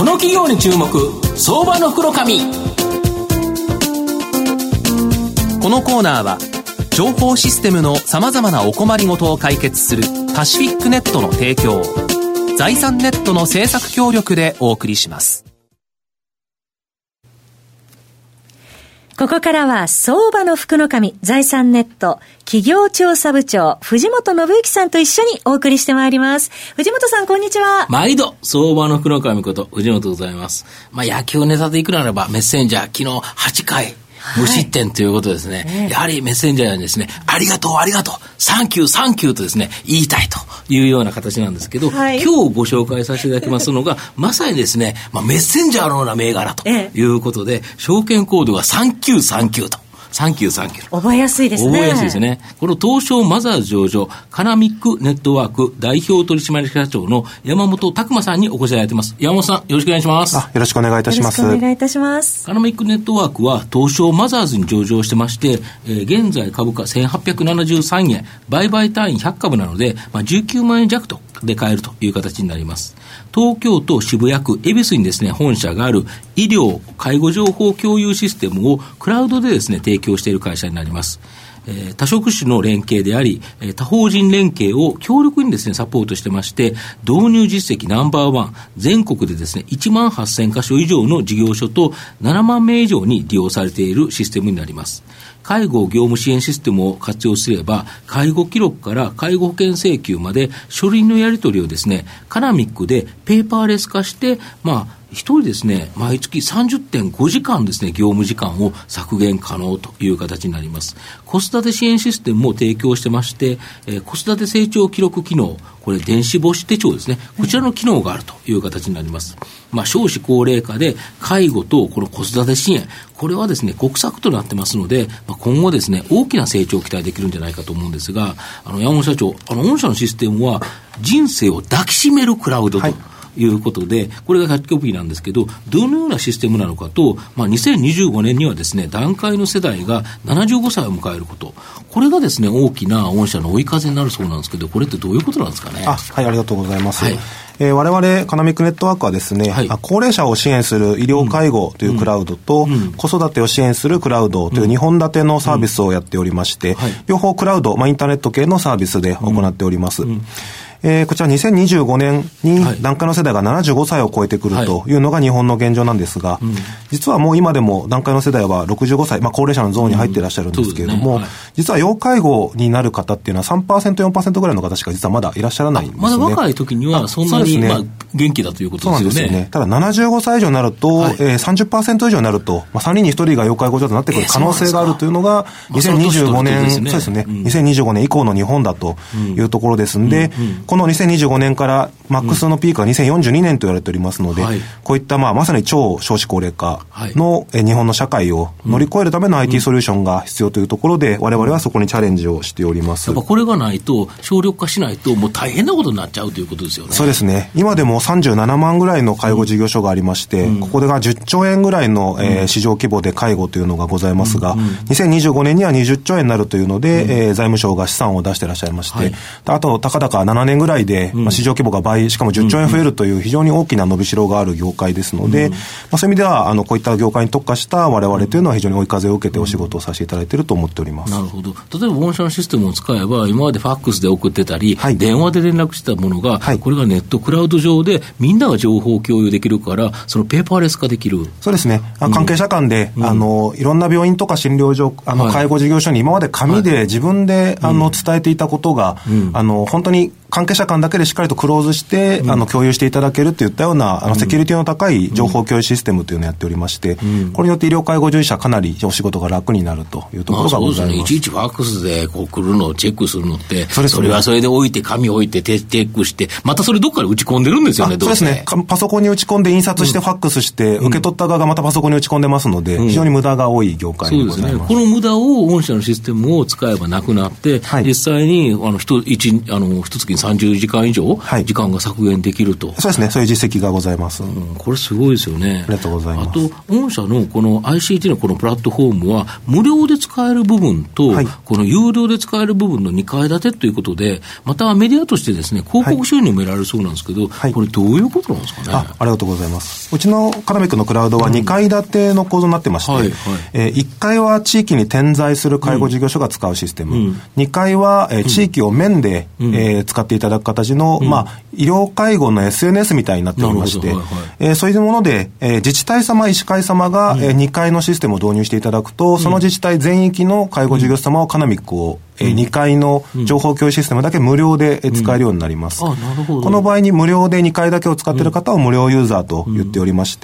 この企業に注目、相場の福の神。 このコーナーは情報システムのさまざまなお困りごとを解決するパシフィックネットの提供、財産ネットの制作協力でお送りします。 ここからは相場の福の神、財産ネット企業調査部長藤本信之さんと一緒にお送りしてまいります。藤本さん、こんにちは。 毎度相場の福の神こと藤本でございます。野球ネタでいくならばメッセンジャー昨日8回無失点ということですね、やはりメッセンジャーにですね、ありがとうありがとう、サンキューサンキューとですね言いたいというような形なんですけど、今日ご紹介させていただきますのがまさにですね、メッセンジャーのような銘柄ということで、証券コードが3939と3939。 覚えやすいですね。 覚えやすいですね。この東証マザーズ上場カナミックネットワーク代表取締役社長の山本拓馬さんにお越しいただいています。山本さん、よろしくお願いします。 よろしくお願いいたします。 よろしくお願いいたします。 カナミックネットワークは東証マザーズに上場してまして、現在株価1873円、売買単位100株なので、19万円弱とで買えるという形になります。東京都渋谷区恵比寿にですね、本社がある医療介護情報共有システムをクラウドでですね、提供している会社になります。多職種の連携であり、多法人連携を強力にですね、サポートしてまして、導入実績ナンバーワン、全国でですね、1万8000箇所以上の事業所と7万名以上に利用されているシステムになります。介護業務支援システムを活用すれば、介護記録から介護保険請求まで書類のやり取りをですね、カナミックでペーパーレス化して、一人ですね、毎月 30.5 時間ですね、業務時間を削減可能という形になります。子育て支援システムも提供してまして、子育て成長記録機能、これ電子母子手帳ですね、こちらの機能があるという形になります。少子高齢化で介護とこの子育て支援、これはですね、国策となってますので、今後ですね、大きな成長を期待できるんじゃないかと思うんですが、山本社長、御社のシステムは人生を抱きしめるクラウドと、いうことで、これがキャッチコピーなんですけど、どのようなシステムなのかと、2025年にはですね、段階の世代が75歳を迎えること、これがですね、大きな御社の追い風になるそうなんですけど、これってどういうことなんですかね。 はい、ありがとうございます。我々カナミックネットワークはですね、高齢者を支援する医療介護というクラウドと、子育てを支援するクラウドという2本立てのサービスをやっておりまして、両方クラウド、インターネット系のサービスで行っております。こちら2025年に段階の世代が75歳を超えてくるというのが日本の現状なんですが、実はもう今でも段階の世代は65歳、高齢者のゾーンに入っていらっしゃるんですけれども、実は要介護になる方っていうのは 3%、4% ぐらいの方しか実はまだいらっしゃらないんですね。 まだ若い時にはそんなに、元気だということですよね。 そうなんですよね。ただ75歳以上になると、30% 以上になると、3人に1人が要介護状態になってくる可能性があるというのが2025年、そうですね、2025年以降の日本だというところですんで、この2025年からマックスのピークは2042年と言われておりますので、こういったまさに超少子高齢化の日本の社会を乗り越えるための IT ソリューションが必要というところで、我々はそこにチャレンジをしております。 やっぱこれがないと、省力化しないともう大変なことになっちゃうということですよね。 そうですね。今でも37万ぐらいの介護事業所がありまして、ここでが10兆円ぐらいの、市場規模で介護というのがございますが、2025年には20兆円になるというので、財務省が試算を出していらっしゃいまして、あとたかだか7年ぐらいで市場規模が倍、しかも10兆円増えるという非常に大きな伸びしろがある業界ですので、そういう意味ではこういった業界に特化した我々というのは非常に追い風を受けてお仕事をさせていただいていると思っております。 なるほど。例えば御社のシステムを使えば、今までファックスで送ってたり、電話で連絡してたものが、これがネットクラウド上でみんなが情報を共有できるから、そのペーパーレス化できる。 そうですね。関係者間で、いろんな病院とか診療所、介護事業所に今まで紙で自分で伝えていたことが、本当に関係者間だけでしっかりとクローズして、共有していただけるといったようなセキュリティの高い情報共有システムというのをやっておりまして、これによって医療介護従事者かなりお仕事が楽になるというところがございます。 いちいちファックスで来るのをチェックするのって、それはそれで置いて、紙置いてチェックして、またそれどっかで打ち込んでるんですよね。 そうですね。パソコンに打ち込んで印刷してファックスして、受け取った側がまたパソコンに打ち込んでますので、非常に無駄が多い業界でございます。そうですね。 この無駄を御社のシステムを使えばなくなって、実際に一月に 30時間以上、時間が削減できると。 そうですね。そういう実績がございます。 これすごいですよね。 ありがとうございます。 あと、御社のこの ICT のこのプラットフォームは、無料で使える部分と、この有料で使える部分の2階建てということで、またメディアとしてですね、広告収入も得られるそうなんですけど、これどういうことなんですかね。 ありがとうございます。うちのカナミックのクラウドは2階建ての構造になってまして、1階は地域に点在する介護事業所が使うシステム、2階は、地域を面で、使っていただく形の、医療介護の SNS みたいになっておりまして、そういうもので、自治体様、医師会様が、2階のシステムを導入していただくと、その自治体全域の介護事業者様をカナミックを2階の情報共有システムだけ無料で使えるようになります。この場合に無料で2階だけを使っている方を無料ユーザーと言っておりまして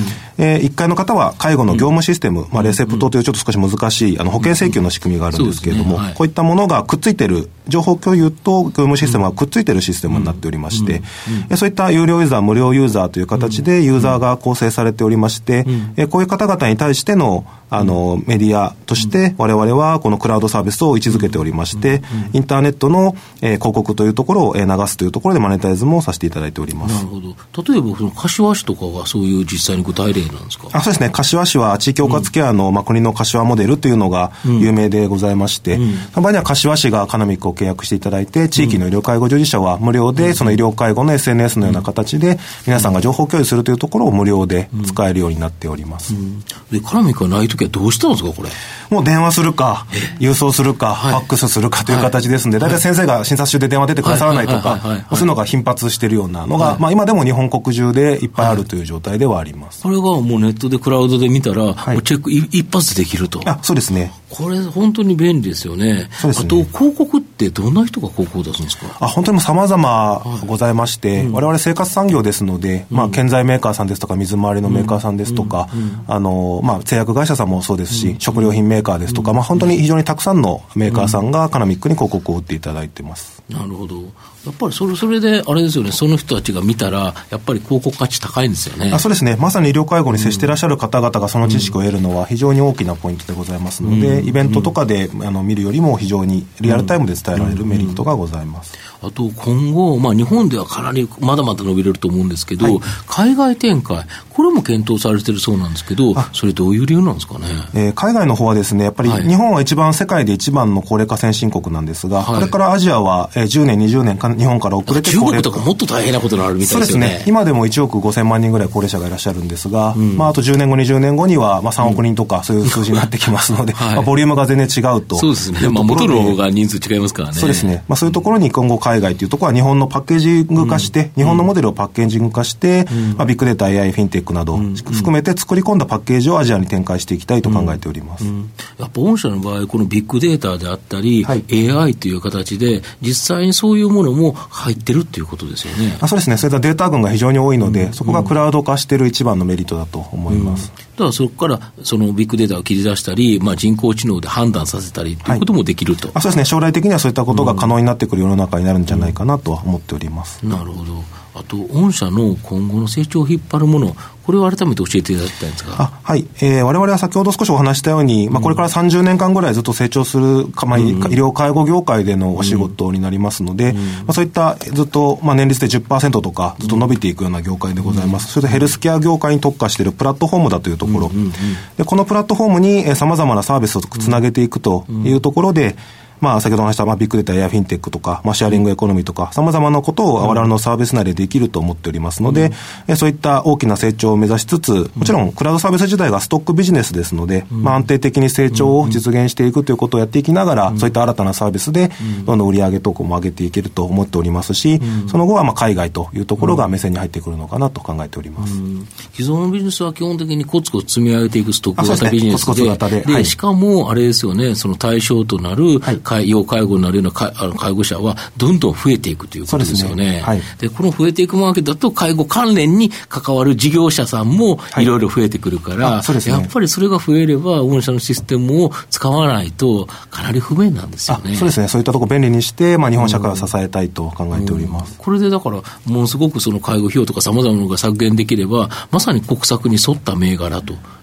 、1階の方は介護の業務システム、レセプトというちょっと少し難しい保険請求の仕組みがあるんですけれども、こういったものがくっついている、情報共有と業務システムがくっついているシステムになっておりまして、そういった有料ユーザー、無料ユーザーという形でユーザーが構成されておりまして、こういう方々に対してのメディアとして我々はこのクラウドサービスを位置づけておりまして、インターネットの広告というところを流すというところでマネタイズもさせていただいております。 なるほど。例えばその柏市とかがそういう実際に具体例なんですか。 そうですね。柏市は地域包括ケアの、国の柏モデルというのが有名でございまして、その場合には柏市がカナミックを契約していただいて、地域の医療介護従事者は無料でその医療介護の SNS のような形で皆さんが情報共有するというところを無料で使えるようになっております。 でカナミックがないときはどうしたんですかこれ。 もう電話するか郵送するか、ファックスするかという形ですので、大体先生が診察中で電話出てくださらないとか、そういうのが頻発しているようなのが、今でも日本国中でいっぱいあるという状態ではあります。 これがもうネットでクラウドで見たら、もうチェック一発できると。 そうですね。 これ本当に便利ですよね。 そうですね。 あと広告ってどんな人が広告を出すんですか。 本当に様々ございまして、我々生活産業ですので、建材メーカーさんですとか水回りのメーカーさんですとか、製薬会社さんもそうですし、食料品メーカーですとか、本当に非常にたくさんのメーカーさんがカナミックに広告を打っていただいてます。 なるほど。やっぱりそれであれですよね、その人たちが見たらやっぱり広告価値高いんですよね。 そうですね。まさに医療介護に接していらっしゃる方々がその知識を得るのは非常に大きなポイントでございますので、イベントとかで見るよりも非常にリアルタイムで伝えられるメリットがございます。 あと今後、日本ではかなりまだまだ伸びれると思うんですけど、海外展開これも検討されているそうなんですけど、それどういう理由なんですかね。 海外の方はですね、やっぱり日本は世界で一番の高齢化先進国なんですが、これからアジアは10年20年日本から遅れて中国とかもっと大変なことになるみたいですよね。 そうですね。今でも1億5000万人ぐらい高齢者がいらっしゃるんですが、あと10年後20年後には3億人とかそういう数字になってきますので、ボリュームが全然違うと。 そうですね。元の方が人数違いますからね。 そうですね。そういうところに今後海外というところは日本のパッケージング化して、日本のモデルをパッケージング化して、ビッグデータ AI フィンテックなど含めて作り込んだパッケージをアジアに展開していきたいと考えております。 やっぱ御社の場合このビッグデータであったり、AI という形で実際にそういうものも入ってるっていうことですよね。 そうですね。そういったデータ群が非常に多いので、そこがクラウド化している一番のメリットだと思います。 だからそこからそのビッグデータを切り出したり、人工知能で判断させたりということもできると。 そうですね。将来的にはそういったことが可能になってくる世の中になるんじゃないかなとは思っております。 なるほど。あと御社の今後の成長を引っ張るもの、これを改めて教えていただきたいんですが。 我々は先ほど少しお話したように、これから30年間ぐらいずっと成長する、医療介護業界でのお仕事になりますので、そういったずっと、年率で 10% とかずっと伸びていくような業界でございます。それでヘルスケア業界に特化しているプラットフォームだというところ、でこのプラットフォームに様々なサービスをつなげていくというところで、先ほど話したビッグデータやフィンテックとか、シェアリングエコノミーとか、様々なことを我々のサービス内でできると思っておりますので、そういった大きな成長を目指しつつ、もちろんクラウドサービス自体がストックビジネスですので、安定的に成長を実現していくということをやっていきながら、そういった新たなサービスでどんどん売上等も上げていけると思っておりますし、その後は海外というところが目線に入ってくるのかなと考えております。 既存のビジネスは基本的にコツコツ積み上げていくストック型ビジネスで、 コツコツ型で、 しかもあれですよね、その対象となる要介護になるような介護者はどんどん増えていくということですよね。でこの増えていくわけだと介護関連に関わる事業者さんもいろいろ増えてくるから、やっぱりそれが増えれば御社のシステムを使わないとかなり不便なんですよね。 そうですね。そういったところ便利にして、日本社会を支えたいと考えております。 これでだからものすごくその介護費用とか様々なものが削減できれば、まさに国策に沿った銘柄と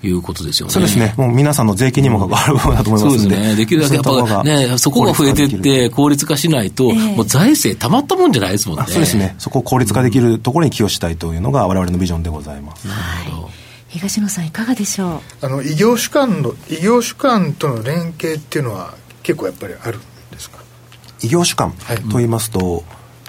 いうことですよね。 そうですね。もう皆さんの税金にも関わる部分だと思いますので。 そうですね。できるだけやっぱね、そこが増えていって効率化しないと、もう財政たまったもんじゃないですもんね。 そうですね。そこを効率化できるところに寄与したいというのが我々のビジョンでございます。 なるほど。東野さんいかがでしょう。異業種間との連携っていうのは結構やっぱりあるんですか。 異業種間と言いますと、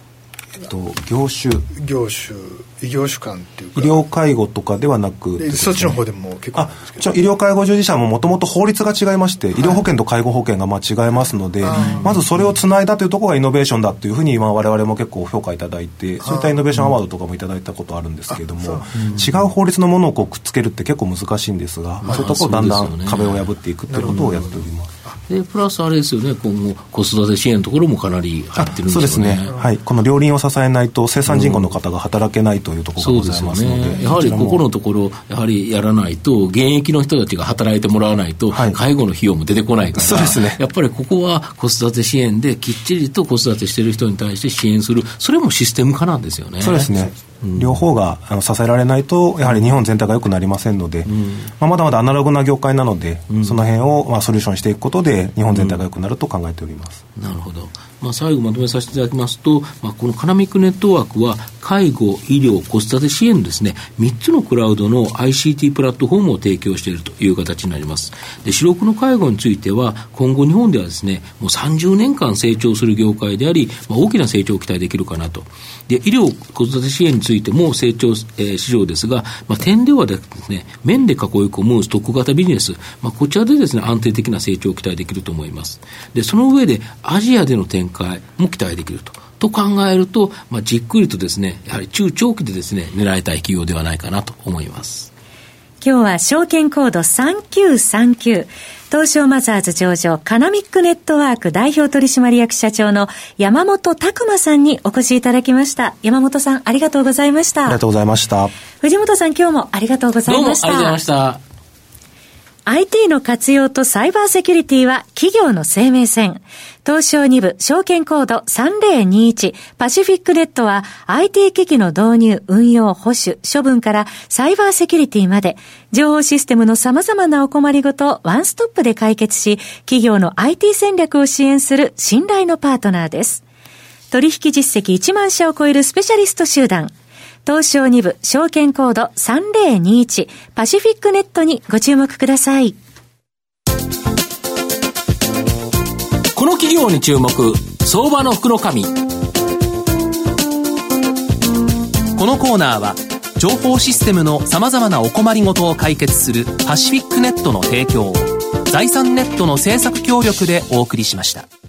異業種間っていうか医療介護とかではなくですね、 そっちの方でも結構あるんですけど、 医療介護従事者ももともと法律が違いまして、医療保険と介護保険が違いますので、まずそれをつないだというところがイノベーションだというふうに今我々も結構評価いただいて、そういったイノベーションアワードとかもいただいたことあるんですけれども、違う法律のものをくっつけるって結構難しいんですが、そういうところをだんだん壁を破っていくということをやっております。 でプラスあれですよね、今後子育て支援のところもかなり入ってるんですよね。 そうですね、はい、この両輪を支えないと生産人口の方が働けないというところがございますので、 そうですよね、やはりここのところやはりやらないと、現役の人たちが働いてもらわないと、介護の費用も出てこないから、 そうですね、 やっぱりここは子育て支援できっちりと子育てしている人に対して支援する、それもシステム化なんですよね。 そうですね、両方が支えられないとやはり日本全体が良くなりませんので、まだまだアナログな業界なので、その辺をソリューションしていくことで日本全体が良くなると考えております。 なるほど。最後まとめさせていただきますと、このカナミックネットワークは介護、医療、子育て支援のですね、3つのクラウドの ICT プラットフォームを提供しているという形になります。で、主力の介護については、今後日本ではですね、もう30年間成長する業界であり、大きな成長を期待できるかなと。で、医療、子育て支援についても成長、市場ですが、点ではですね、面で囲い込むストック型ビジネス、こちらでですね、安定的な成長を期待できると思います。で、その上でアジアでの展開も期待できると考えると、じっくりとですね、やはり中長期でですね、狙いたい企業ではないかなと思います。 今日は証券コード3939、東証マザーズ上場カナミックネットワーク代表取締役社長の山本拓馬さんにお越しいただきました。山本さん、ありがとうございました。 ありがとうございました。 藤本さん、今日もありがとうございました。 どうもありがとうございました。 IT の活用とサイバーセキュリティは企業の生命線。東証2部証券コード3021パシフィックネットは IT 機器の導入、運用、保守、処分からサイバーセキュリティまで情報システムの様々なお困りごとをワンストップで解決し、企業の IT 戦略を支援する信頼のパートナーです。取引実績1万社を超えるスペシャリスト集団。東証2部証券コード3021パシフィックネットにご注目ください。 この企業に注目、相場の福の神。 このコーナーは情報システムのさまざまなお困りごとを解決するパシフィックネットの提供、財産ネットの制作協力でお送りしました。